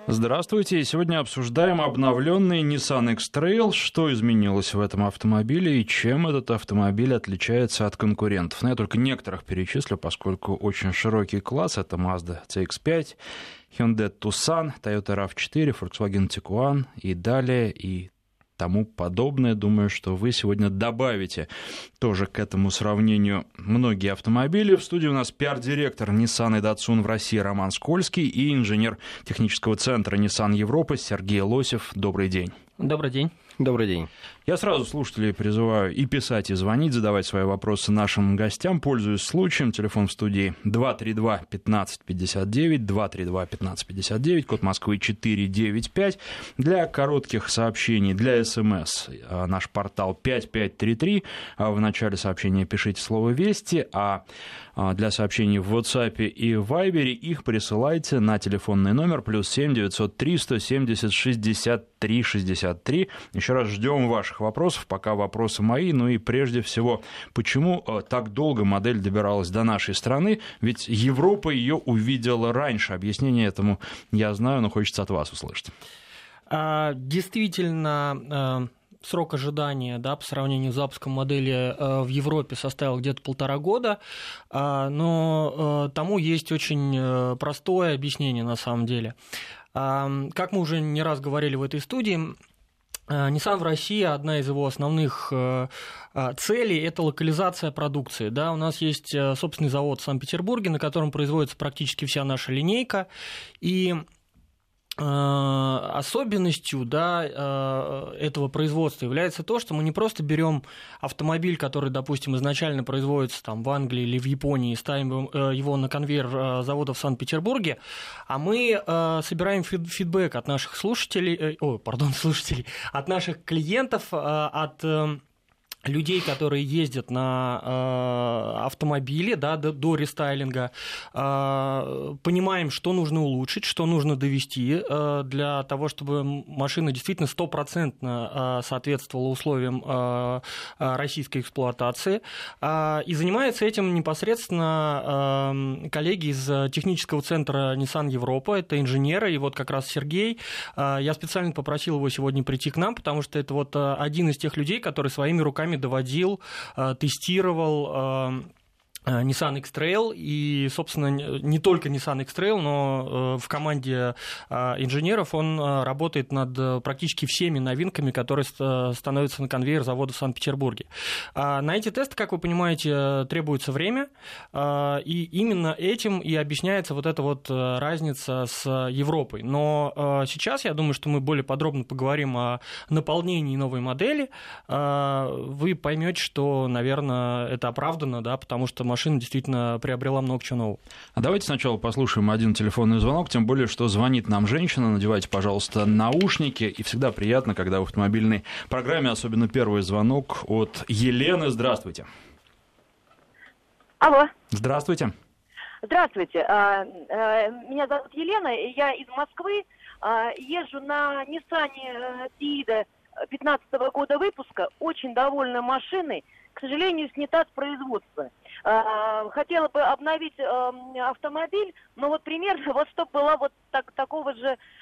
Здравствуйте. Сегодня обсуждаем обновленный Nissan X-Trail. Что изменилось в этом автомобиле и чем этот автомобиль отличается от конкурентов? Но я только некоторых перечислю, поскольку очень широкий класс. Это Mazda CX-5, Hyundai Tucson, Toyota RAV4, Volkswagen Tiguan и далее, и тому подобное. Думаю, что вы сегодня добавите тоже к этому сравнению многие автомобили. В студии у нас пиар-директор Nissan и Datsun в России Роман Скользкий и инженер технического центра Nissan Европа Сергей Лосев. Добрый день. Добрый день. Добрый день. Я сразу слушателей призываю и писать, и звонить, задавать свои вопросы нашим гостям. Пользуясь случаем, телефон в студии 232-1559, 232-1559, код Москвы 495. Для коротких сообщений, для СМС наш портал 5533. В начале сообщения пишите слово «Вести», а для сообщений в WhatsApp и Viber их присылайте на телефонный номер +7 903 170 63 63. Еще раз ждем ваших вопросов, пока вопросы мои. Ну и прежде всего, почему так долго модель добиралась до нашей страны? Ведь Европа ее увидела раньше. Объяснение этому я знаю, но хочется от вас услышать. Действительно, срок ожидания, да, по сравнению с запуском модели в Европе составил где-то 1,5 года, но тому есть очень простое объяснение на самом деле. Как мы уже не раз говорили в этой студии, Nissan в России, одна из его основных целей – это локализация продукции. Да, у нас есть собственный завод в Санкт-Петербурге, на котором производится практически вся наша линейка, и особенностью, да, этого производства является то, что мы не просто берем автомобиль, который, допустим, изначально производится там, в Англии или в Японии, и ставим его на конвейер завода в Санкт-Петербурге, а мы собираем фидбэк от наших слушателей, от наших клиентов, от людей, которые ездят на автомобиле, да, до рестайлинга, понимаем, что нужно улучшить, что нужно довести для того, чтобы машина действительно 100% соответствовала условиям российской эксплуатации. И занимается этим непосредственно коллеги из технического центра Nissan Европа, это инженеры, и вот как раз Сергей, я специально попросил его сегодня прийти к нам, потому что это вот один из тех людей, который своими руками доводил, тестировал Nissan X-Trail, и, собственно, не только Nissan X-Trail, но в команде инженеров он работает над практически всеми новинками, которые становятся на конвейер завода в Санкт-Петербурге. На эти тесты, как вы понимаете, требуется время, и именно этим и объясняется вот эта вот разница с Европой. Но сейчас, я думаю, что мы более подробно поговорим о наполнении новой модели. Вы поймете, что, наверное, это оправдано, да, потому что машина действительно приобрела много чего нового. А давайте сначала послушаем один телефонный звонок, тем более, что звонит нам женщина. Надевайте, пожалуйста, наушники. И всегда приятно, когда в автомобильной программе, особенно первый звонок от Елены. Здравствуйте. Алло. Здравствуйте. Здравствуйте. Меня зовут Елена, я из Москвы. Езжу на Nissan Tiida 2015 года выпуска. Очень довольна машиной. К сожалению, снята с производства. Хотела бы обновить автомобиль, но вот примерно, вот чтобы была вот такой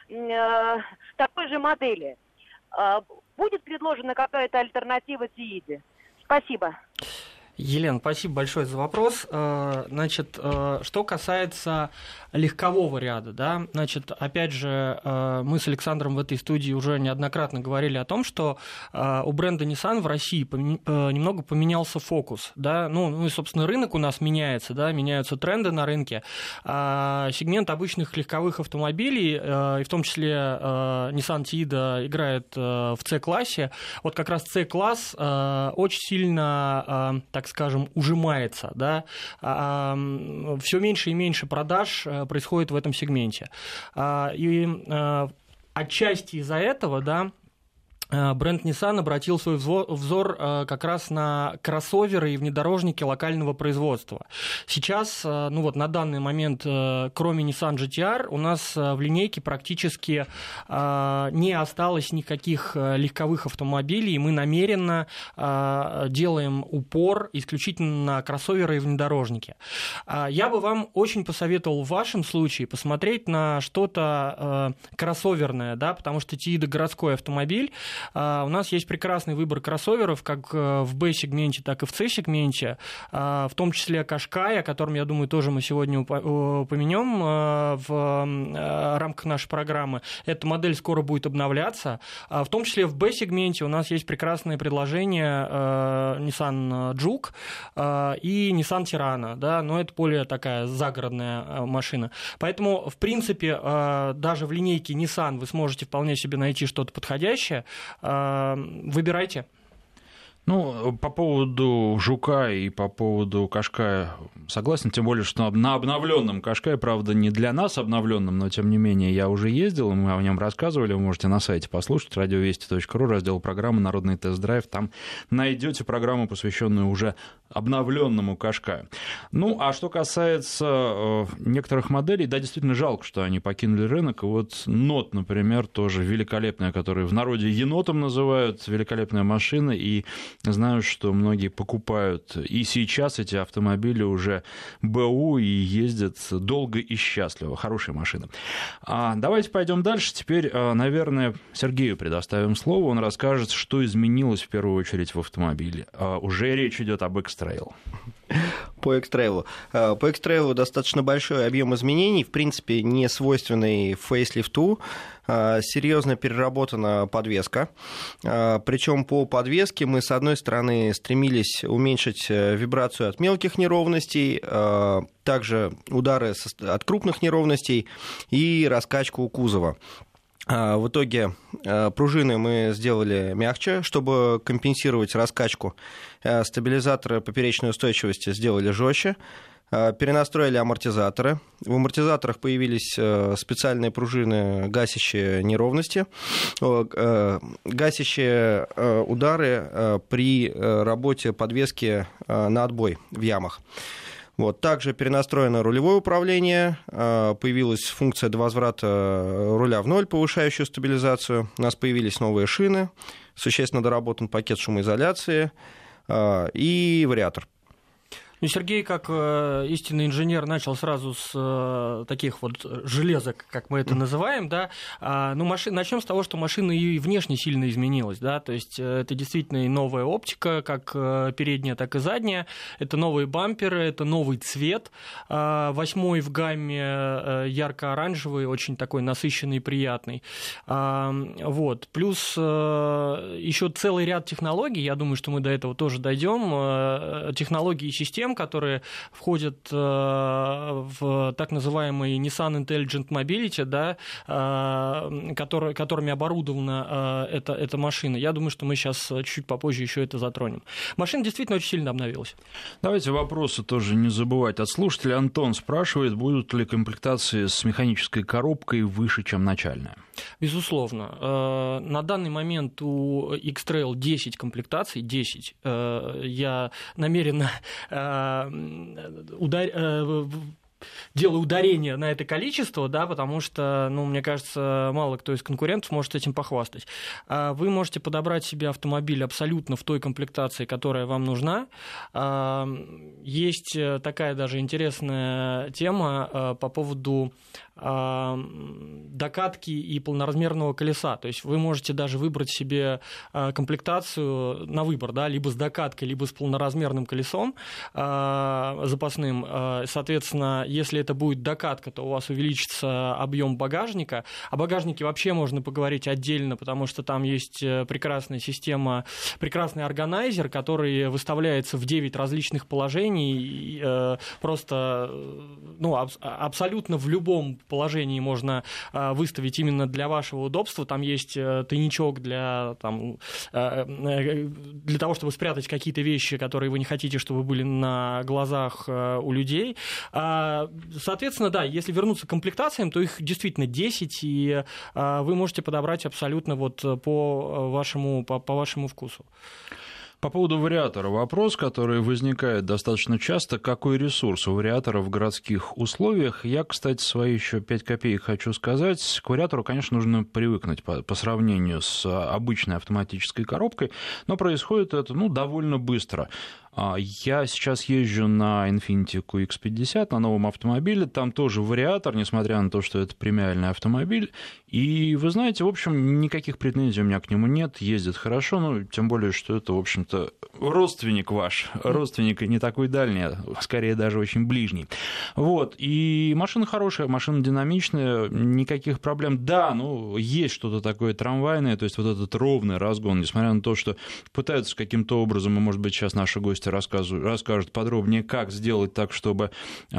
же модели. Будет предложена какая-то альтернатива Тииде? Спасибо. Елена, спасибо большое за вопрос. Значит, что касается легкового ряда, да, значит, опять же, мы с Александром в этой студии уже неоднократно говорили о том, что у бренда Nissan в России немного поменялся фокус, да, ну и, собственно, рынок у нас меняется, да, меняются тренды на рынке. Сегмент обычных легковых автомобилей, и в том числе Nissan Tiida играет в C-классе, вот как раз C-класс очень сильно, так скажем, ужимается, да, все меньше и меньше продаж происходит в этом сегменте. И отчасти из-за этого, да, бренд Nissan обратил свой взор как раз на кроссоверы и внедорожники локального производства. Сейчас, на данный момент, кроме Nissan GT-R, у нас в линейке практически не осталось никаких легковых автомобилей, и мы намеренно делаем упор исключительно на кроссоверы и внедорожники. Я бы вам очень посоветовал в вашем случае посмотреть на что-то кроссоверное, да, потому что Тиида городской автомобиль. У нас есть прекрасный выбор кроссоверов как в B-сегменте, так и в C-сегменте, в том числе Qashqai, о котором, я думаю, тоже мы сегодня упомянем в рамках нашей программы. Эта модель скоро будет обновляться. В том числе в B-сегменте у нас есть прекрасное предложение Nissan Juke и Nissan Tirana, да, но это более такая загородная машина. Поэтому, в принципе, даже в линейке Nissan вы сможете вполне себе найти что-то подходящее. Выбирайте. По поводу Жука и по поводу Qashqai согласен, тем более, что на обновленном Qashqai, правда, не для нас обновленном, но тем не менее я уже ездил, и мы о нем рассказывали, вы можете на сайте послушать, радиовести.ру, раздел программы «Народный тест-драйв», там найдете программу, посвященную уже обновленному Qashqai. А что касается некоторых моделей, да, действительно жалко, что они покинули рынок, и вот Note, например, тоже великолепная, которую в народе енотом называют, великолепная машина, и знаю, что многие покупают и сейчас эти автомобили уже БУ и ездят долго и счастливо. Хорошая машина. Давайте пойдем дальше. Теперь, наверное, Сергею предоставим слово. Он расскажет, что изменилось в первую очередь в автомобиле. Уже речь идет об X-Trail. По X-Trail достаточно большой объем изменений, в принципе, не свойственный фейслифту. Серьезно переработана подвеска. Причем по подвеске мы, с одной стороны, стремились уменьшить вибрацию от мелких неровностей, также удары от крупных неровностей и раскачку кузова. В итоге пружины мы сделали мягче, чтобы компенсировать раскачку. Стабилизаторы поперечной устойчивости сделали жестче. Перенастроили амортизаторы. В амортизаторах появились специальные пружины, гасящие неровности, гасящие удары при работе подвески на отбой в ямах. Также перенастроено рулевое управление, появилась функция до возврата руля в ноль, повышающую стабилизацию. У нас появились новые шины, существенно доработан пакет шумоизоляции и вариатор. Сергей, как истинный инженер, начал сразу с таких вот железок, как мы это называем, да. Начнем с того, что машина и внешне сильно изменилась, да, то есть это действительно и новая оптика, как передняя, так и задняя, это новые бамперы, это новый цвет, 8-й в гамме ярко-оранжевый, очень такой насыщенный и приятный, плюс еще целый ряд технологий, я думаю, что мы до этого тоже дойдем, технологии и системы, которые входят в так называемый Nissan Intelligent Mobility, да, которыми оборудована эта машина. Я думаю, что мы сейчас чуть попозже еще это затронем. Машина действительно очень сильно обновилась. Давайте вопросы тоже не забывать от слушателей. Антон спрашивает, будут ли комплектации с механической коробкой выше, чем начальная? Безусловно. На данный момент у X-Trail 10 комплектаций, 10. Я намеренно делаю ударение на это количество, да, потому что, мне кажется, мало кто из конкурентов может этим похвастать. Вы можете подобрать себе автомобиль абсолютно в той комплектации, которая вам нужна. Есть такая даже интересная тема по поводу докатки и полноразмерного колеса. То есть вы можете даже выбрать себе комплектацию на выбор, да, либо с докаткой, либо с полноразмерным колесом запасным. Соответственно, если это будет докатка, то у вас увеличится объем багажника. О багажнике вообще можно поговорить отдельно, потому что там есть прекрасная система, прекрасный органайзер, который выставляется в 9 различных положений, просто абсолютно в любом положении можно выставить именно для вашего удобства. Там есть тайничок для того, чтобы спрятать какие-то вещи, которые вы не хотите, чтобы были на глазах у людей. Соответственно, да, если вернуться к комплектациям, то их действительно 10, и вы можете подобрать абсолютно вот по вашему вкусу. По поводу вариатора вопрос, который возникает достаточно часто. Какой ресурс у вариатора в городских условиях? Я, кстати, свои еще 5 копеек хочу сказать. К вариатору, конечно, нужно привыкнуть по сравнению с обычной автоматической коробкой, но происходит это довольно быстро. Я сейчас езжу на Infiniti QX50, на новом автомобиле, там тоже вариатор, несмотря на то, что это премиальный автомобиль, и вы знаете, в общем, никаких претензий у меня к нему нет, ездит хорошо, тем более, что это, в общем-то, родственник ваш, родственник не такой дальний, а скорее даже очень ближний. Вот, и машина хорошая, машина динамичная, никаких проблем. Да, есть что-то такое трамвайное, то есть вот этот ровный разгон, несмотря на то, что пытаются каким-то образом, и, может быть, сейчас наши гости расскажут подробнее, как сделать так, чтобы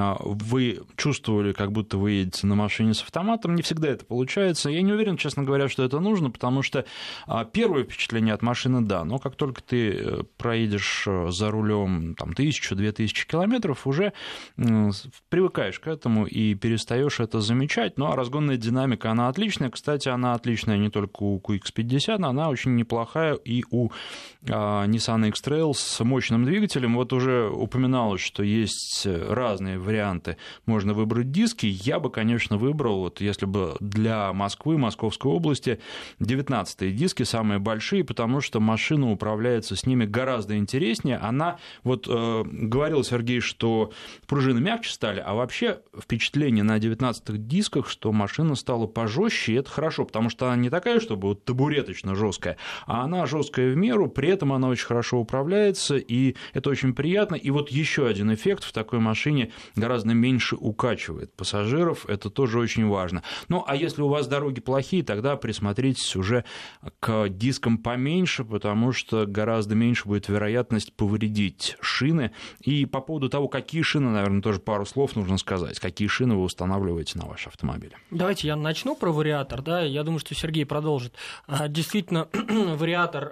вы чувствовали, как будто вы едете на машине с автоматом. Не всегда это получается. Я не уверен, честно говоря, что это нужно, потому что первое впечатление от машины, да, но как только ты проедешь за рулем 1000-2000 километров, уже привыкаешь к этому и перестаешь это замечать. Ну, а разгонная динамика, она отличная. Кстати, она отличная не только у QX50, она очень неплохая и у Nissan X-Trail с мощным двигателем. Вот уже упоминалось, что есть разные варианты. Можно выбрать диски. Я бы, конечно, выбрал, если бы для Москвы, Московской области, 19-е диски, самые большие, потому что машина управляется с ними гораздо интереснее. Она, говорил Сергей, что пружины мягче стали, а вообще впечатление на 19-х дисках, что машина стала пожестче, и это хорошо, потому что она не такая, чтобы табуреточно жесткая, а она жесткая в меру, при этом она очень хорошо управляется, и это очень приятно. И вот еще один эффект: в такой машине гораздо меньше укачивает пассажиров, это тоже очень важно. Ну, а если у вас дороги плохие, тогда присмотритесь уже к дискам поменьше, потому что гораздо меньше будет вероятность повредить шины. И по поводу того, какие шины, наверное, тоже пару слов нужно сказать. Какие шины вы устанавливаете на ваш автомобиль? Давайте я начну про вариатор, да, я думаю, что Сергей продолжит. Действительно, вариатор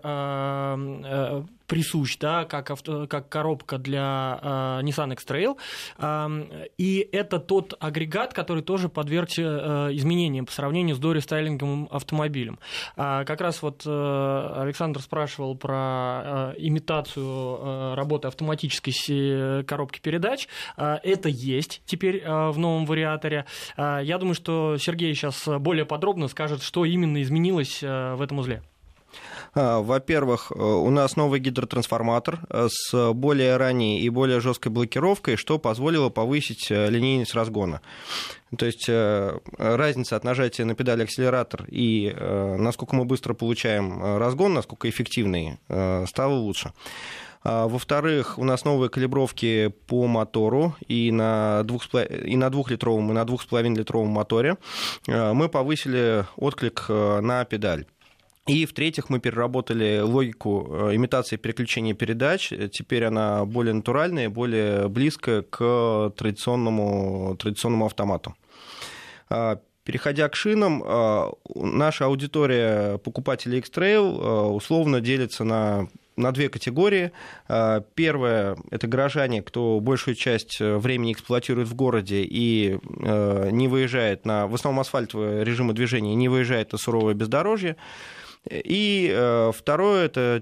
присущ, да, как коробка для Nissan X-Trail, и это тот агрегат, который тоже подвергся изменениям по сравнению с дорестайлинговым автомобилем. Как раз Александр спрашивал про имитацию работы автоматической коробки передач. Это есть теперь в новом вариаторе. Я думаю, что Сергей сейчас более подробно скажет, что именно изменилось в этом узле. Во-первых, у нас новый гидротрансформатор с более ранней и более жесткой блокировкой, что позволило повысить линейность разгона. То есть разница от нажатия на педаль акселератор и насколько мы быстро получаем разгон, насколько эффективный, стало лучше. Во-вторых, у нас новые калибровки по мотору и на 2-литровом, и на 2,5-литровом моторе. Мы повысили отклик на педаль. И, в-третьих, мы переработали логику имитации переключения передач. Теперь она более натуральная, более близкая к традиционному автомату. Переходя к шинам, наша аудитория покупателей X-Trail условно делится на две категории. Первая – это горожане, кто большую часть времени эксплуатирует в городе и не выезжает в основном асфальтовые режимы движения, не выезжает на суровое бездорожье. И второе – это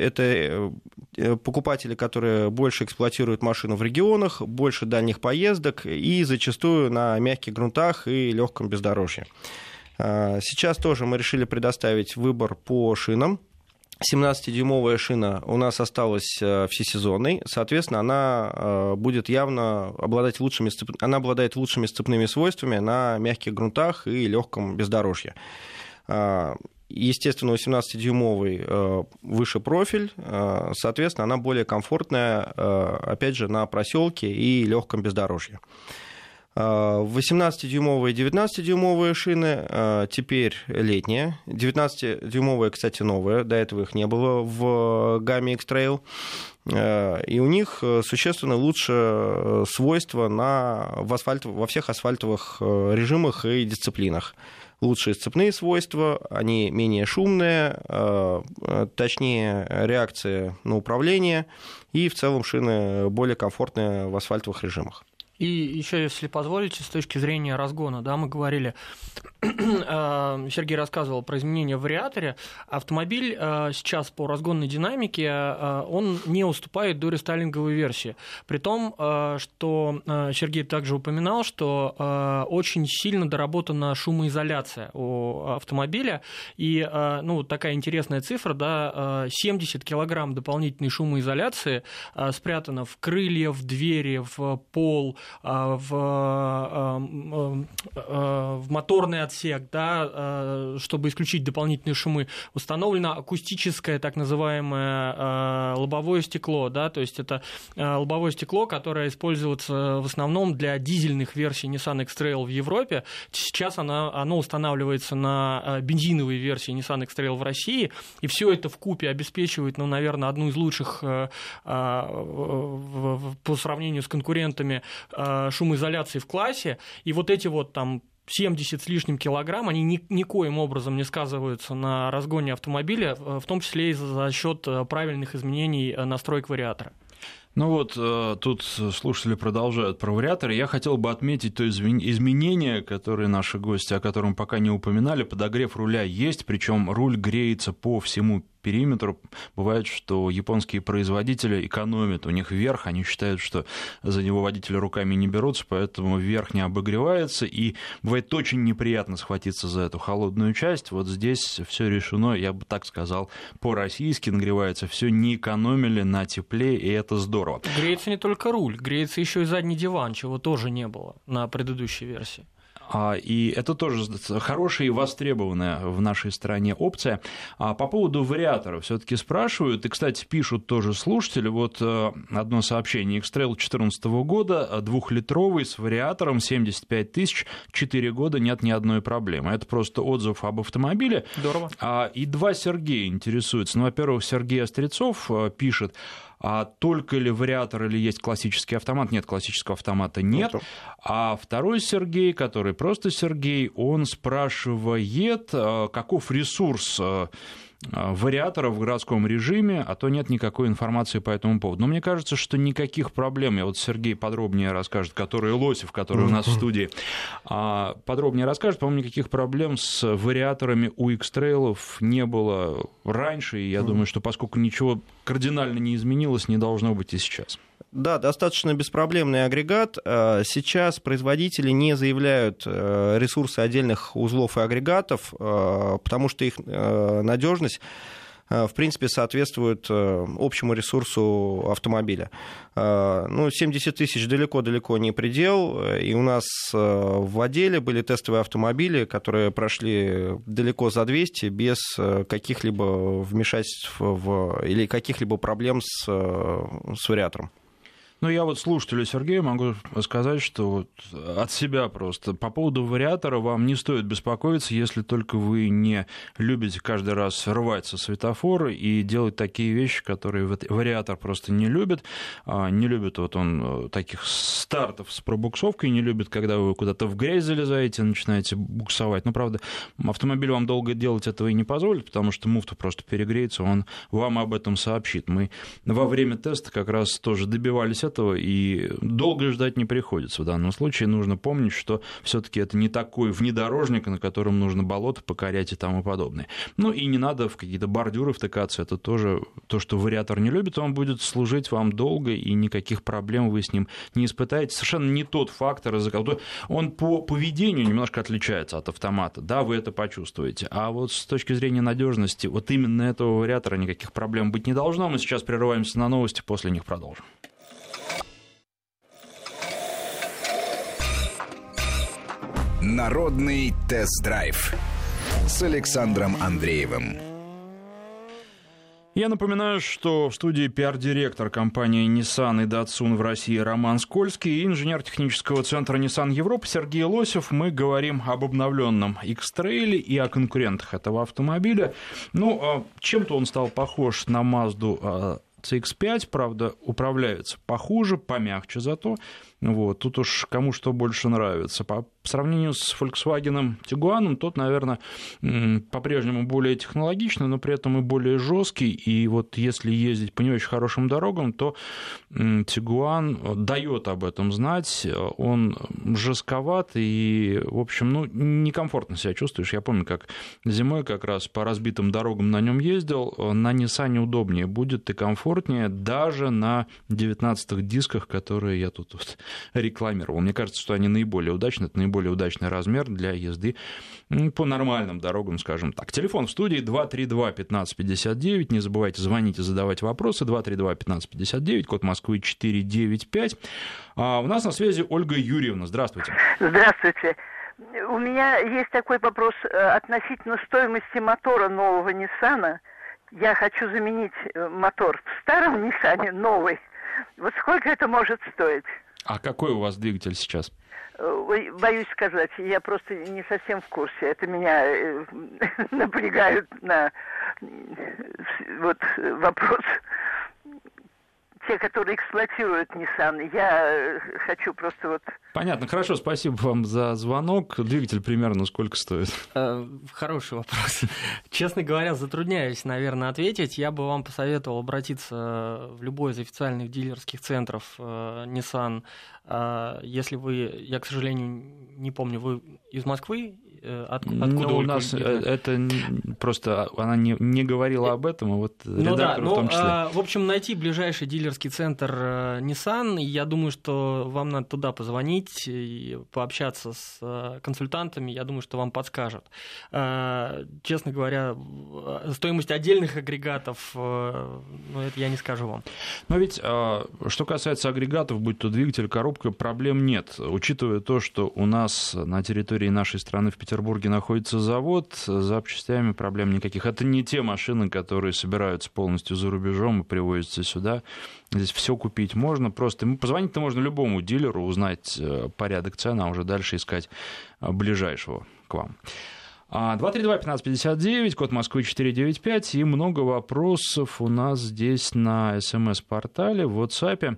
покупатели, которые больше эксплуатируют машину в регионах, больше дальних поездок и зачастую на мягких грунтах и легком бездорожье. Сейчас тоже мы решили предоставить выбор по шинам. 17-дюймовая шина у нас осталась всесезонной, соответственно, она будет явно обладать лучшими сцепными свойствами на мягких грунтах и легком бездорожье. Естественно, у 17-дюймовой выше профиль, соответственно, она более комфортная, опять же, на проселке и легком бездорожье. 18-дюймовые и 19-дюймовые шины теперь летние. 19-дюймовые, кстати, новые. До этого их не было в гамме X-Trail. И у них существенно лучше свойства во всех асфальтовых режимах и дисциплинах. Лучшие сцепные свойства, они менее шумные, точнее реакция на управление, и в целом шины более комфортные в асфальтовых режимах. И еще, если позволите, с точки зрения разгона, да, мы говорили, Сергей рассказывал про изменения в вариаторе. Автомобиль сейчас по разгонной динамике, он не уступает до рестайлинговой версии. При том, что Сергей также упоминал, что очень сильно доработана шумоизоляция у автомобиля. И такая интересная цифра, да, 70 килограмм дополнительной шумоизоляции спрятано в крылья, в двери, в пол, в моторный отсек, да, чтобы исключить дополнительные шумы. Установлено акустическое, так называемое, лобовое стекло, да, то есть это лобовое стекло, которое используется в основном для дизельных версий Nissan X-Trail в Европе. Сейчас оно устанавливается на бензиновой версии Nissan X-Trail в России, и все это вкупе обеспечивает, наверное, одну из лучших по сравнению с конкурентами шумоизоляции в классе, и вот эти вот там 70 с лишним килограмм, они никоим образом не сказываются на разгоне автомобиля, в том числе и за счет правильных изменений настроек вариатора. Ну вот, тут слушатели продолжают про вариаторы. Я хотел бы отметить то изменение, которое наши гости, о котором пока не упоминали. Подогрев руля есть, причем руль греется по всему периметру. Бывает, что японские производители экономят, у них верх, они считают, что за него водители руками не берутся, поэтому верх не обогревается, и бывает очень неприятно схватиться за эту холодную часть. Вот здесь все решено, я бы так сказал, по-российски нагревается, все не экономили на тепле, и это здорово. Греется не только руль, греется еще и задний диван, чего тоже не было на предыдущей версии. И это тоже хорошая и востребованная в нашей стране опция. По поводу вариаторов все-таки спрашивают, и, кстати, пишут тоже слушатели, вот одно сообщение, X-Trail 2014 года, 2-литровый с вариатором, 75 тысяч, 4 года, нет ни одной проблемы. Это просто отзыв об автомобиле. Здорово. И два Сергея интересуются. Ну, во-первых, Сергей Острецов пишет, только ли вариатор или есть классический автомат? Нет, классического автомата нет. А второй Сергей, который просто Сергей, он спрашивает, каков ресурс вариатора в городском режиме, а то нет никакой информации по этому поводу. Но мне кажется, что никаких проблем, я вот Сергей подробнее расскажет, который Лосев, который у нас в студии, подробнее расскажет, по-моему, никаких проблем с вариаторами у X-Trail'ов не было раньше, и я думаю, что поскольку ничего кардинально не изменилось, не должно быть и сейчас. Да, достаточно беспроблемный агрегат. Сейчас производители не заявляют ресурсы отдельных узлов и агрегатов, потому что их надежность, в принципе, соответствует общему ресурсу автомобиля. 70 тысяч далеко-далеко не предел, и у нас в отделе были тестовые автомобили, которые прошли далеко за 200 без каких-либо вмешательств или каких-либо проблем с вариатором. Ну, я вот слушателю Сергея могу сказать, что вот от себя просто по поводу вариатора вам не стоит беспокоиться, если только вы не любите каждый раз рвать со светофора и делать такие вещи, которые вариатор просто не любит. Не любит вот он таких стартов с пробуксовкой, не любит, когда вы куда-то в грязь залезаете, начинаете буксовать. Ну, правда, автомобиль вам долго делать этого и не позволит, потому что муфта просто перегреется, он вам об этом сообщит. Мы во время теста как раз тоже добивались этого, и долго ждать не приходится. В данном случае нужно помнить, что все-таки это не такой внедорожник, на котором нужно болото покорять и тому подобное. Ну и не надо в какие-то бордюры втыкаться, это тоже то, что вариатор не любит, он будет служить вам долго, и никаких проблем вы с ним не испытаете. Совершенно не тот фактор, из-за которого он по поведению немножко отличается от автомата, да, вы это почувствуете. А вот с точки зрения надежности, вот именно этого вариатора никаких проблем быть не должно. Мы сейчас прерываемся на новости, после них продолжим. Народный тест-драйв с Александром Андреевым. Я напоминаю, что в студии пиар-директор компании Nissan и Datsun в России Роман Скользкий и инженер технического центра Nissan Европа Сергей Лосев. Мы говорим об обновленном X-Trail и о конкурентах этого автомобиля. Ну, чем-то он стал похож на Mazda CX-5, правда, управляется похуже, помягче зато. Вот, тут уж кому что больше нравится. По сравнению с Volkswagen Tiguan, тот, наверное, по-прежнему более технологичный, но при этом и более жесткий. И вот если ездить по не очень хорошим дорогам, то Tiguan дает об этом знать. Он жестковат и, в общем, некомфортно себя чувствуешь. Я помню, как зимой как раз по разбитым дорогам на нем ездил. На Nissan удобнее будет и комфортнее, даже на 19-х дисках, которые я тут вот рекламировал. Мне кажется, что они наиболее удачны. Это наиболее удачный размер для езды по нормальным дорогам, скажем так. Телефон в студии 232-1559. Не забывайте звонить и задавать вопросы. 232-1559, код Москвы 495. У нас на связи Ольга Юрьевна. Здравствуйте. Здравствуйте. У меня есть такой вопрос относительно стоимости мотора нового Ниссана. Я хочу заменить мотор в старом Ниссане, новый. Вот сколько это может стоить? А какой у вас двигатель сейчас? Ой, боюсь сказать, я просто не совсем в курсе. Это меня напрягает на вот вопрос. Те, которые эксплуатируют Nissan, я хочу просто вот... Понятно, хорошо, спасибо вам за звонок. Двигатель примерно сколько стоит? Хороший вопрос. Честно говоря, затрудняюсь, наверное, ответить. Я бы вам посоветовал обратиться в любой из официальных дилерских центров Nissan. Если вы, я, к сожалению, не помню, вы из Москвы? Откуда у нас это просто она не говорила об этом, а вот редактор в том числе. В общем, найти ближайший дилерский центр Nissan, я думаю, что вам надо туда позвонить и пообщаться с консультантами, я думаю, что вам подскажут. Честно говоря, стоимость отдельных агрегатов, это я не скажу вам. Но ведь, что касается агрегатов, будь то двигатель, коробка, проблем нет. Учитывая то, что у нас на территории нашей страны в Петербурге находится завод, с запчастями проблем никаких. Это не те машины, которые собираются полностью за рубежом и привозятся сюда. Здесь все купить можно. Просто позвонить-то можно любому дилеру, узнать порядок цен, а уже дальше искать ближайшего к вам. 232-1559, код Москвы 495, и много вопросов у нас здесь на СМС-портале, в WhatsApp.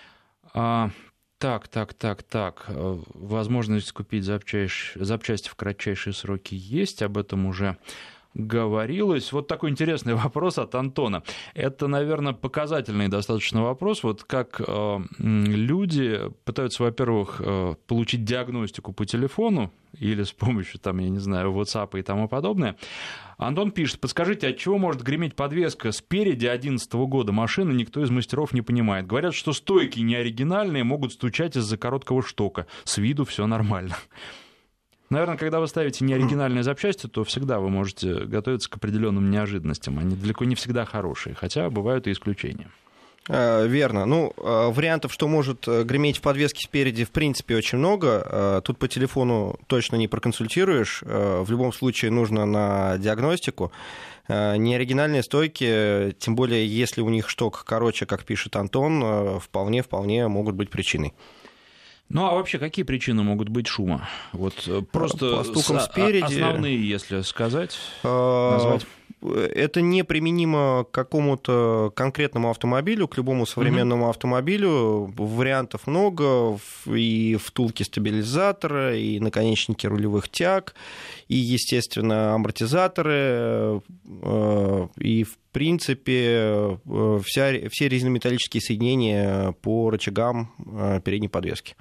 Так. Возможность купить запчасти в кратчайшие сроки есть, об этом уже говорилось. Вот такой интересный вопрос от Антона. Это, наверное, показательный достаточно вопрос. Вот как люди пытаются, во-первых, получить диагностику по телефону или с помощью, там, я не знаю, WhatsApp и тому подобное. Антон пишет: подскажите, от чего может греметь подвеска спереди 2011 года машины, никто из мастеров не понимает. Говорят, что стойки неоригинальные, могут стучать из-за короткого штока. С виду все нормально. Наверное, когда вы ставите неоригинальные запчасти, то всегда вы можете готовиться к определенным неожиданностям. Они далеко не всегда хорошие, хотя бывают и исключения. Верно. Вариантов, что может греметь в подвеске спереди, в принципе, очень много. Тут по телефону точно не проконсультируешь. В любом случае нужно на диагностику. Неоригинальные стойки, тем более, если у них шток короче, как пишет Антон, вполне могут быть причиной. Ну, а вообще, какие причины могут быть шума? Вот просто по стукам спереди, основные, если сказать, назвать. Это неприменимо к какому-то конкретному автомобилю, к любому современному автомобилю. Вариантов много, и втулки стабилизатора, и наконечники рулевых тяг, и, естественно, амортизаторы, и, в принципе, все резинометаллические соединения по рычагам передней подвески.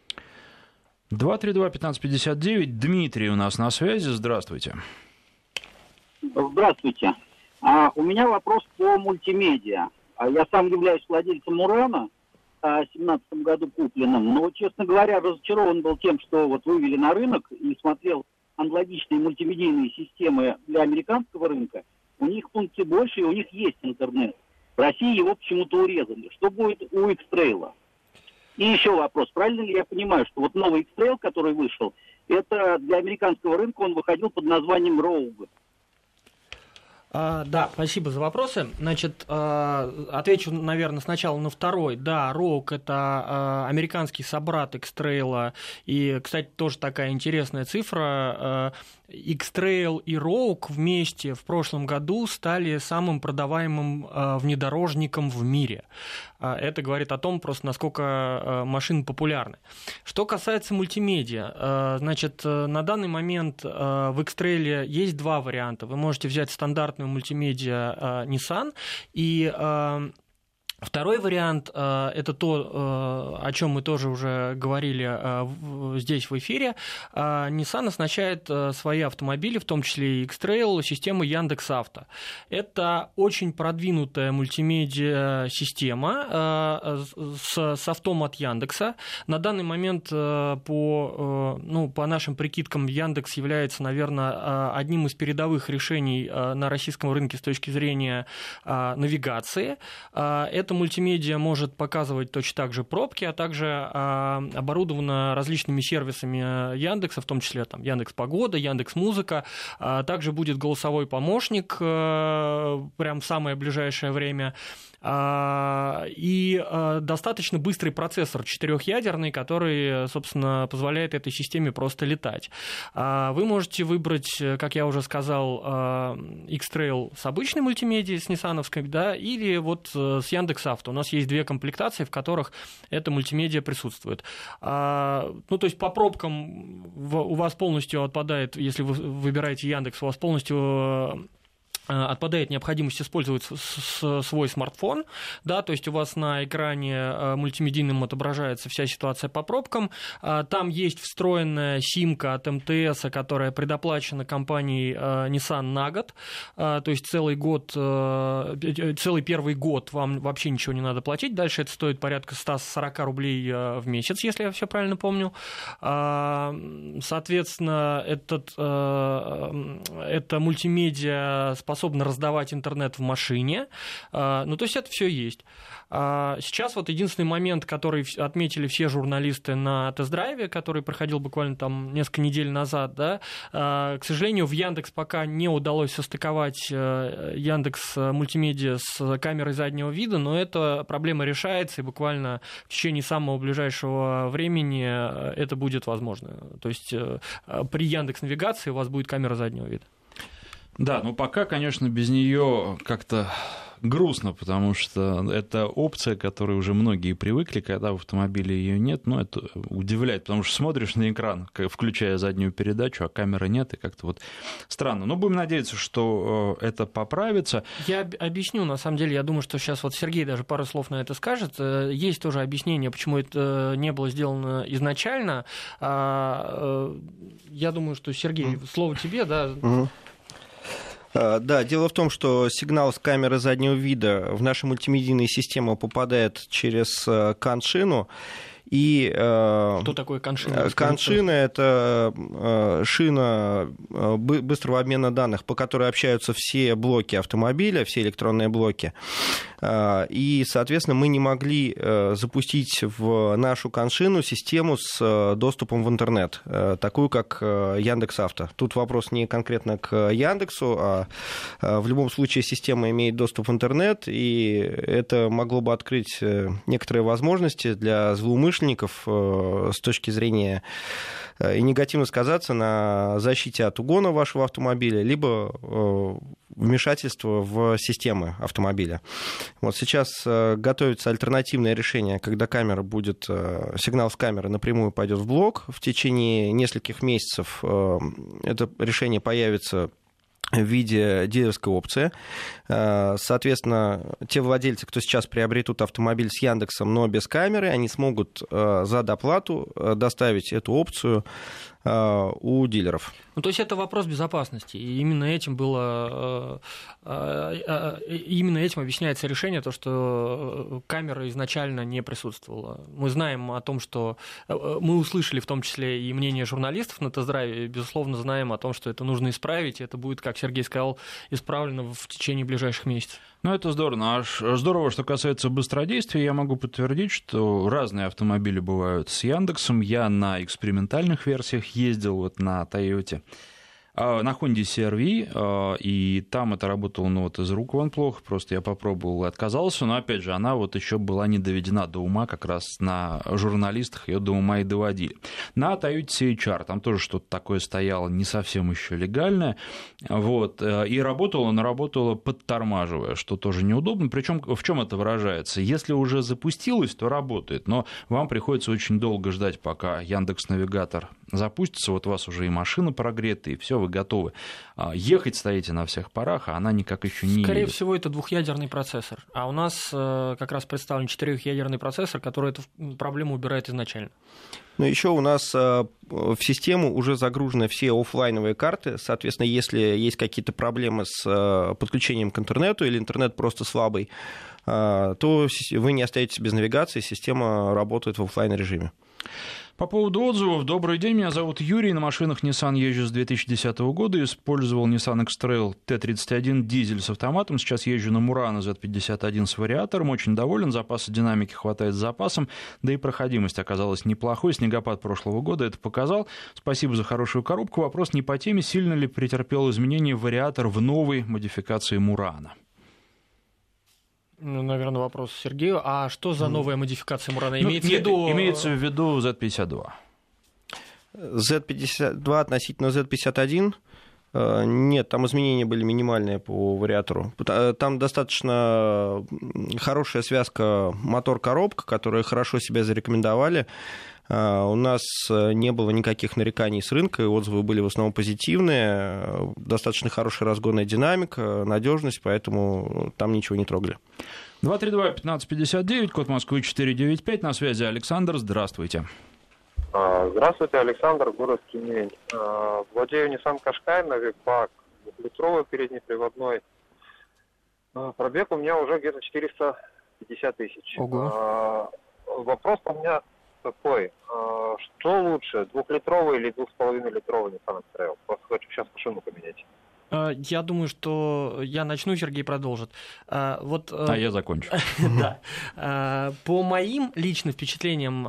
232-1559. Дмитрий у нас на связи. Здравствуйте. Здравствуйте. У меня вопрос по мультимедиа. Я сам являюсь владельцем Мурана, в 2017 году купленным, но, честно говоря, разочарован был тем, что вот вывели на рынок и смотрел аналогичные мультимедийные системы для американского рынка. У них функций больше, и у них есть интернет. В России его почему-то урезали. Что будет у X-Trail? И еще вопрос. Правильно ли я понимаю, что вот новый X-Trail, который вышел, это для американского рынка он выходил под названием Rogue? Да, спасибо за вопросы. Значит, отвечу, наверное, сначала на второй. Да, Rogue — это американский собрат X-Trail. И, кстати, тоже такая интересная цифра. X-Trail и Rogue вместе в прошлом году стали самым продаваемым внедорожником в мире. Это говорит о том, просто насколько машины популярны. Что касается мультимедиа, значит, на данный момент в X-Trail есть два варианта. Вы можете взять стандартную мультимедиа Nissan и второй вариант – это то, о чем мы тоже уже говорили здесь в эфире. Nissan оснащает свои автомобили, в том числе и X-Trail, системой Яндекс.Авто. Это очень продвинутая мультимедиа-система с автом от Яндекса. На данный момент, по нашим прикидкам, Яндекс является, наверное, одним из передовых решений на российском рынке с точки зрения навигации. Эта мультимедиа может показывать точно так же пробки, а также оборудована различными сервисами Яндекса, в том числе там Яндекс.Погода, Яндекс.Музыка. Также будет голосовой помощник прям в самое ближайшее время. И достаточно быстрый процессор четырехъядерный, который, собственно, позволяет этой системе просто летать. Вы можете выбрать, как я уже сказал, X-Trail с обычной мультимедией, с ниссановской, да, или вот с Яндекс.Авто. У нас есть две комплектации, в которых эта мультимедиа присутствует. То есть по пробкам у вас полностью отпадает, если вы выбираете Яндекс, у вас полностью отпадает необходимость использовать свой смартфон, да, то есть у вас на экране мультимедийном отображается вся ситуация по пробкам, там есть встроенная симка от МТС, которая предоплачена компанией Nissan на год, то есть целый первый год вам вообще ничего не надо платить, дальше это стоит порядка 140 рублей в месяц, если я все правильно помню. Соответственно, эта мультимедиа способна раздавать интернет в машине. То есть это все есть. Сейчас вот единственный момент, который отметили все журналисты на тест-драйве, который проходил буквально там несколько недель назад, да, к сожалению, в Яндекс пока не удалось состыковать Яндекс мультимедиа с камерой заднего вида, но эта проблема решается, и буквально в течение самого ближайшего времени это будет возможно. То есть при Яндекс.Навигации у вас будет камера заднего вида. Да, но пока, конечно, без нее как-то грустно, потому что это опция, к которой уже многие привыкли, когда в автомобиле ее нет, но это удивляет, потому что смотришь на экран, включая заднюю передачу, а камеры нет, и как-то вот странно. Но будем надеяться, что это поправится. Я объясню, на самом деле, я думаю, что сейчас вот Сергей даже пару слов на это скажет. Есть тоже объяснение, почему это не было сделано изначально. Я думаю, что, Сергей, слово тебе, да. Да, дело в том, что сигнал с камеры заднего вида в нашу мультимедийную систему попадает через коншину. И, что такое коншина? Коншина – это шина быстрого обмена данных, по которой общаются все блоки автомобиля, все электронные блоки. И, соответственно, мы не могли запустить в нашу коншину систему с доступом в интернет, такую, как Яндекс.Авто. Тут вопрос не конкретно к Яндексу, а в любом случае система имеет доступ в интернет, и это могло бы открыть некоторые возможности для злоумышленников с точки зрения и негативно сказаться на защите от угона вашего автомобиля, либо вмешательство в системы автомобиля. Вот сейчас готовится альтернативное решение, когда камера будет, сигнал с камеры напрямую пойдет в блок. В течение нескольких месяцев это решение появится в виде дилерской опции. Соответственно, те владельцы, кто сейчас приобретут автомобиль с Яндексом, но без камеры, они смогут за доплату доставить эту опцию у дилеров. То есть это вопрос безопасности, и именно этим объясняется решение, то, что камера изначально не присутствовала. Мы знаем о том, что мы услышали в том числе и мнение журналистов на тест-драйве, и, безусловно, знаем о том, что это нужно исправить, и это будет, как Сергей сказал, исправлено в течение ближайших месяцев. Ну, это здорово. Здорово, что касается быстродействия, я могу подтвердить, что разные автомобили бывают с Яндексом. Я на экспериментальных версиях ездил вот на Тойоте на Honda CR-V, и там это работало, ну, вот из рук вон плохо, просто я попробовал и отказался, но, опять же, она вот еще была не доведена до ума, как раз на журналистах ее до ума и доводили. На Toyota CHR там тоже что-то такое стояло, не совсем еще легальное, вот, и работала, но работала подтормаживая, что тоже неудобно, причем в чем это выражается? Если уже запустилось, то работает, но вам приходится очень долго ждать, пока Яндекс.Навигатор запустится, вот у вас уже и машина прогрета, и все, вы готовы ехать, стоите на всех парах, а она никак еще не Скорее едет. всего, это двухъядерный процессор, а у нас как раз представлен четырехъядерный процессор, который эту проблему убирает изначально. Но еще у нас в систему уже загружены все офлайновые карты. Соответственно, если есть какие-то проблемы с подключением к интернету или интернет просто слабый, то вы не остаетесь без навигации, система работает в офлайн режиме. По поводу отзывов. Добрый день, меня зовут Юрий, на машинах Nissan езжу с 2010 года, использовал Nissan X-Trail T31 дизель с автоматом, сейчас езжу на Murano Z51 с вариатором, очень доволен, запаса динамики хватает с запасом, да и проходимость оказалась неплохой, снегопад прошлого года это показал. Спасибо за хорошую коробку, вопрос не по теме, сильно ли претерпел изменения вариатор в новой модификации Murano? Ну, наверное, вопрос Сергею. А что за новая модификация Murano? Имеется в виду Z52. Z52 относительно Z51? Нет, там изменения были минимальные по вариатору. Там достаточно хорошая связка мотор-коробка, которые хорошо себя зарекомендовали. У нас не было никаких нареканий с рынка, и отзывы были в основном позитивные. Достаточно хорошая разгонная динамика, надежность, поэтому там ничего не трогали. 232-1559, код Москвы 495, на связи Александр, здравствуйте. Здравствуйте, Александр, город Тюмень. Владею Nissan Qashqai на Векбак, двухлитровый переднеприводной. Пробег у меня уже где-то 450 тысяч. Ого. Вопрос у меня такой. Что лучше, двухлитровый или 2,5-литровый Nissan X-Trail? Просто хочу сейчас машину поменять. Я думаю, что я начну, Сергей продолжит. Я закончу. Да. По моим личным впечатлениям,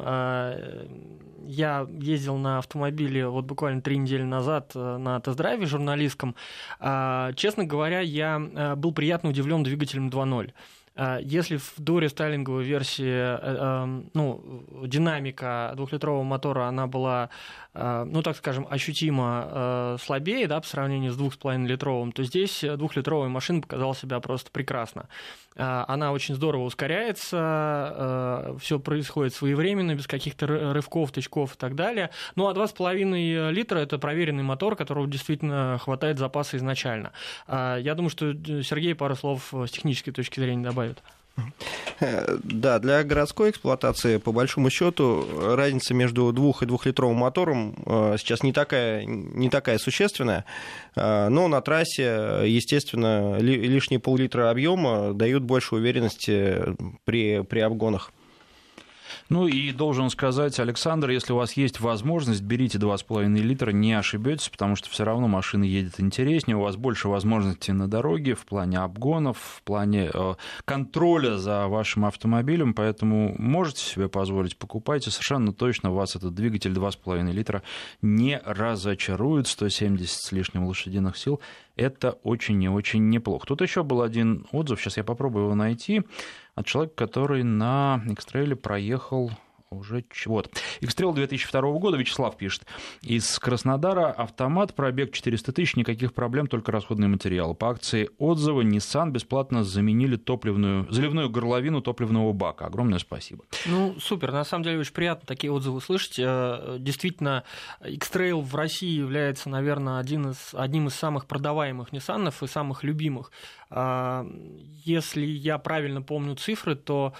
я ездил на автомобиле вот буквально 3 недели назад на тест-драйве журналистском. Честно говоря, я был приятно удивлен двигателем 2.0. Если в дорестайлинговой версии динамика двухлитрового мотора она была, так скажем, ощутимо слабее, да, по сравнению с 2,5-литровым, то здесь двухлитровая машина показала себя просто прекрасно. Она очень здорово ускоряется, все происходит своевременно, без каких-то рывков, тычков и так далее. Ну а 2,5 литра – это проверенный мотор, которого действительно хватает запаса изначально. Я думаю, что Сергей пару слов с технической точки зрения добавит. Да, для городской эксплуатации, по большому счету, разница между 2 и 2-литровым мотором сейчас не такая существенная, но на трассе, естественно, лишние пол-литра объема дают больше уверенности при обгонах. Ну и должен сказать, Александр, если у вас есть возможность, берите 2,5 литра, не ошибетесь, потому что все равно машина едет интереснее, у вас больше возможностей на дороге в плане обгонов, в плане контроля за вашим автомобилем, поэтому можете себе позволить, покупайте, совершенно точно вас этот двигатель 2,5 литра не разочарует, 170 с лишним лошадиных сил. Это очень и очень неплохо. Тут еще был один отзыв, сейчас я попробую его найти, от человека, который на X-Trail проехал уже... Вот. X-Trail 2002 года, Вячеслав пишет. Из Краснодара автомат, пробег 400 тысяч, никаких проблем, только расходные материалы. По акции отзыва Nissan бесплатно заменили заливную горловину топливного бака. Огромное спасибо. Ну, супер. На самом деле, очень приятно такие отзывы слышать. Действительно, X-Trail в России является, наверное, одним из самых продаваемых Ниссанов и самых любимых. Если я правильно помню цифры, то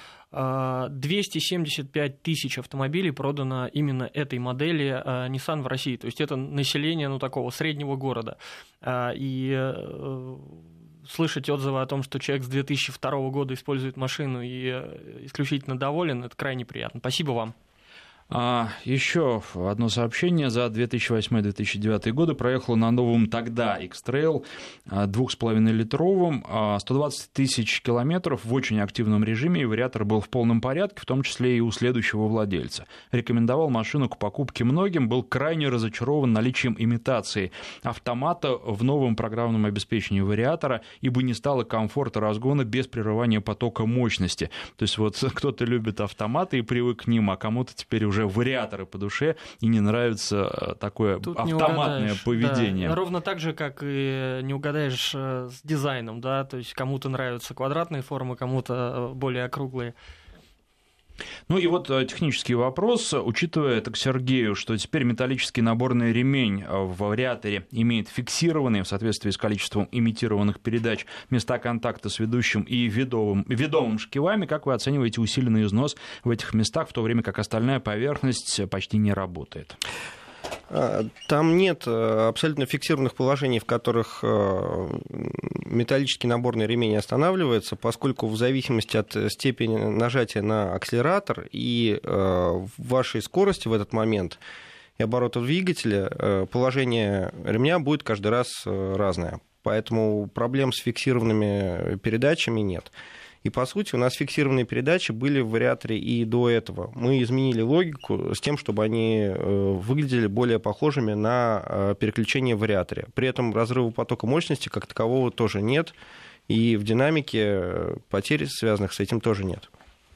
275 тысяч автомобилей продано именно этой модели Nissan в России. То есть это население такого среднего города. И слышать отзывы о том, что человек с 2002 года использует машину и исключительно доволен, это крайне приятно. Спасибо вам. Еще одно сообщение. За 2008-2009 годы проехало на новом тогда X-Trail 2,5-литровым 120 тысяч километров в очень активном режиме, и вариатор был в полном порядке, в том числе и у следующего владельца. Рекомендовал машину к покупке многим, был крайне разочарован наличием имитации автомата в новом программном обеспечении вариатора, ибо не стало комфорта разгона без прерывания потока мощности. То есть вот кто-то любит автоматы и привык к ним, а кому-то теперь уже вариаторы по душе, и не нравится такое тут автоматное поведение. Да. Ровно так же, как и не угадаешь с дизайном, да, то есть кому-то нравятся квадратные формы, кому-то более округлые. Ну и вот технический вопрос, учитывая это к Сергею, что теперь металлический наборный ремень в вариаторе имеет фиксированные в соответствии с количеством имитированных передач места контакта с ведущим и ведомым шкивами, как вы оцениваете усиленный износ в этих местах, в то время как остальная поверхность почти не работает? Там нет абсолютно фиксированных положений, в которых металлический наборный ремень останавливается, поскольку в зависимости от степени нажатия на акселератор и вашей скорости в этот момент и оборотов двигателя, положение ремня будет каждый раз разное. Поэтому проблем с фиксированными передачами нет. И, по сути, у нас фиксированные передачи были в вариаторе и до этого. Мы изменили логику с тем, чтобы они выглядели более похожими на переключение в вариаторе. При этом разрыва потока мощности как такового тоже нет, и в динамике потерь, связанных с этим, тоже нет.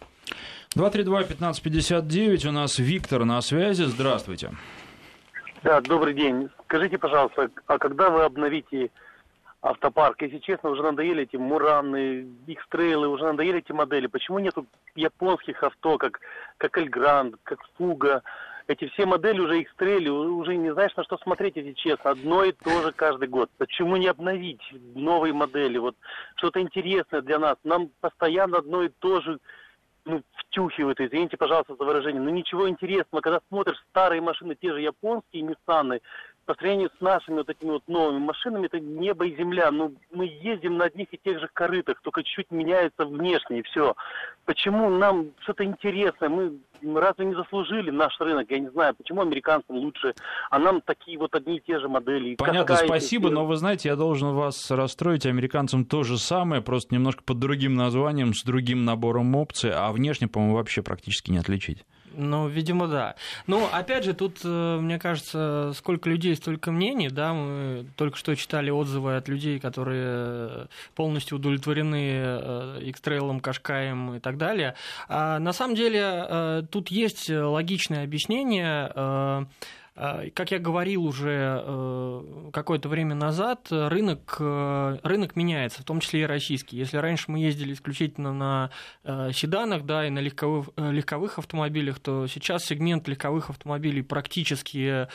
232-1559, у нас Виктор на связи. Здравствуйте. Да, добрый день. Скажите, пожалуйста, а когда вы обновите автопарк? Если честно, уже надоели эти Мураны, X-Trail, уже надоели эти модели. Почему нету японских авто, как Эльгранд, как Фуга? Эти все модели уже X-Trail, уже не знаешь, на что смотреть, если честно. Одно и то же каждый год. Почему не обновить новые модели? Вот что-то интересное для нас. Нам постоянно одно и то же втюхивают, извините, пожалуйста, за выражение. Но ничего интересного. Когда смотришь старые машины, те же японские, Ниссаны, по сравнению с нашими вот этими вот новыми машинами, это небо и земля. Ну, мы ездим на одних и тех же корытах, только чуть-чуть меняется внешне, и все. Почему нам что-то интересное? Мы разве не заслужили наш рынок? Я не знаю, почему американцам лучше, а нам такие вот одни и те же модели. Понятно, спасибо, но вы знаете, я должен вас расстроить, американцам то же самое, просто немножко под другим названием, с другим набором опций, а внешне, по-моему, вообще практически не отличить. Ну, видимо, да. Но, опять же, тут, мне кажется, сколько людей, столько мнений, да, мы только что читали отзывы от людей, которые полностью удовлетворены X-Trail, Qashqai и так далее. А на самом деле тут есть логичное объяснение. Как я говорил уже какое-то время назад, рынок меняется, в том числе и российский. Если раньше мы ездили исключительно на седанах, да, и на легковых автомобилях, то сейчас сегмент легковых автомобилей практически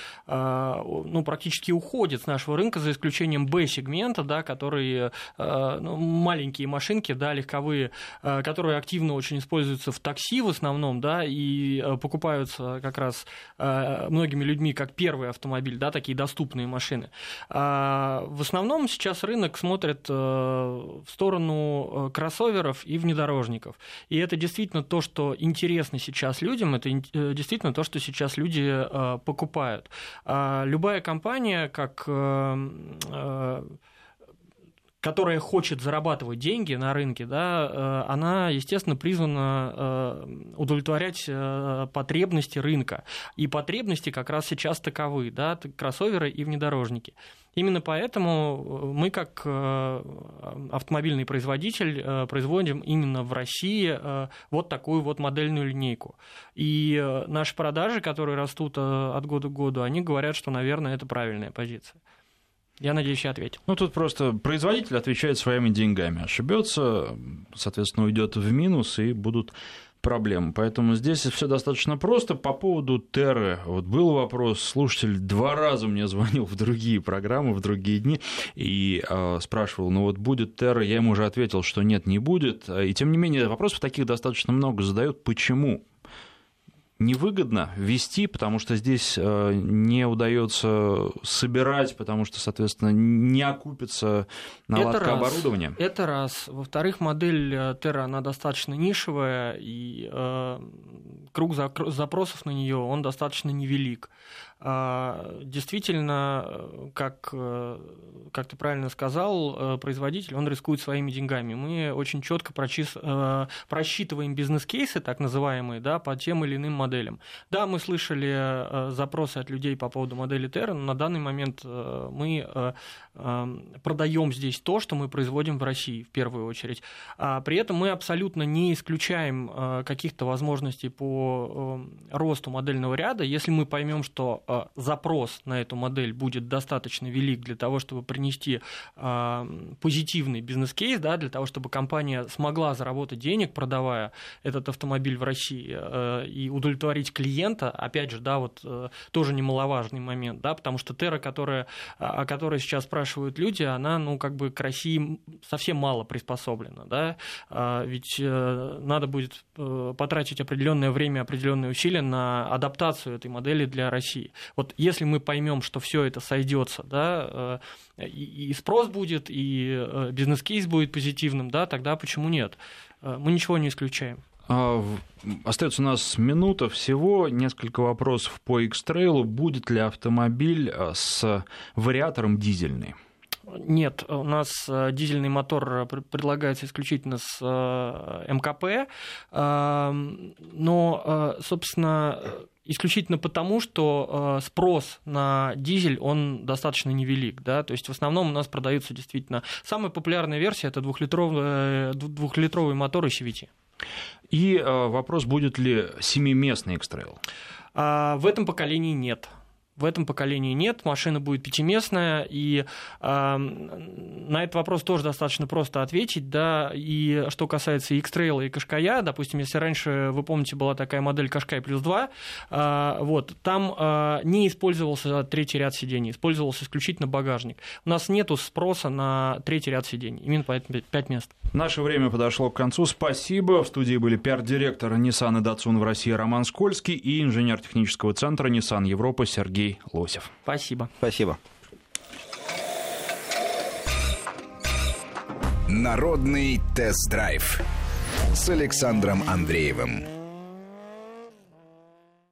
уходит с нашего рынка, за исключением B-сегмента, да, которые маленькие машинки, да, легковые, которые активно очень используются в такси в основном, да, и покупаются как раз многими людьми как первый автомобиль, да, такие доступные машины. В основном сейчас рынок смотрит в сторону кроссоверов и внедорожников. И это действительно то, что интересно сейчас людям, это действительно то, что сейчас люди покупают. Любая компания, которая хочет зарабатывать деньги на рынке, да, она, естественно, призвана удовлетворять потребности рынка. И потребности как раз сейчас таковы, да, кроссоверы и внедорожники. Именно поэтому мы, как автомобильный производитель, производим именно в России вот такую вот модельную линейку. И наши продажи, которые растут от года к году, они говорят, что, наверное, это правильная позиция. Я надеюсь, я ответил. Ну, тут просто производитель отвечает своими деньгами. Ошибется, соответственно, уйдет в минус, и будут проблемы. Поэтому здесь все достаточно просто. По поводу Терры. Вот был вопрос, слушатель 2 раза мне звонил в другие программы, в другие дни, и спрашивал, ну вот будет Терра? Я ему уже ответил, что нет, не будет. И тем не менее, вопросов таких достаточно много задают. Почему? невыгодно ввести, потому что здесь не удается собирать, потому что, соответственно, не окупится наладка оборудования? Это раз. Во-вторых, модель Terra, она достаточно нишевая, и круг запросов на нее, он достаточно невелик. Действительно, как ты правильно сказал, производитель, он рискует своими деньгами. Мы очень четко просчитываем бизнес-кейсы, так называемые, да, по тем или иным моделям. Да, мы слышали запросы от людей по поводу модели Terra, но на данный момент мы продаем здесь то, что мы производим в России, в первую очередь. При этом мы абсолютно не исключаем каких-то возможностей по росту модельного ряда, если мы поймем, что запрос на эту модель будет достаточно велик для того, чтобы принести позитивный бизнес-кейс, да, для того, чтобы компания смогла заработать денег, продавая этот автомобиль в России, и удовлетворить клиента, опять же, да, вот тоже немаловажный момент, да, потому что Terra, о которой сейчас спрашивают люди, она, ну, как бы к России совсем мало приспособлена, да, ведь надо будет потратить определенное время, определенные усилия на адаптацию этой модели для России. Вот если мы поймем, что все это сойдется, да, и спрос будет, и бизнес-кейс будет позитивным, да, тогда почему нет? Мы ничего не исключаем. Остается у нас минута всего, несколько вопросов по X-Trail. Будет ли автомобиль с вариатором дизельный? Нет, у нас дизельный мотор предлагается исключительно с МКП, но, собственно, исключительно потому, что спрос на дизель, он достаточно невелик, да, то есть в основном у нас продаются действительно... Самая популярная версия – это двухлитровый мотор и CVT. И вопрос, будет ли семиместный X-Trail? В этом поколении нет. В этом поколении нет, машина будет пятиместная, и на этот вопрос тоже достаточно просто ответить, да, и что касается X-Trail и Qashqai, допустим, если раньше, вы помните, была такая модель Qashqai Plus 2, вот, там не использовался третий ряд сидений, использовался исключительно багажник. У нас нету спроса на третий ряд сидений, именно поэтому 5 мест. Наше время подошло к концу, спасибо. В студии были пиар-директор Nissan и Datsun в России Роман Скользкий и инженер технического центра Nissan Европа Сергей Лосев. Спасибо. Спасибо. Народный тест-драйв с Александром Андреевым.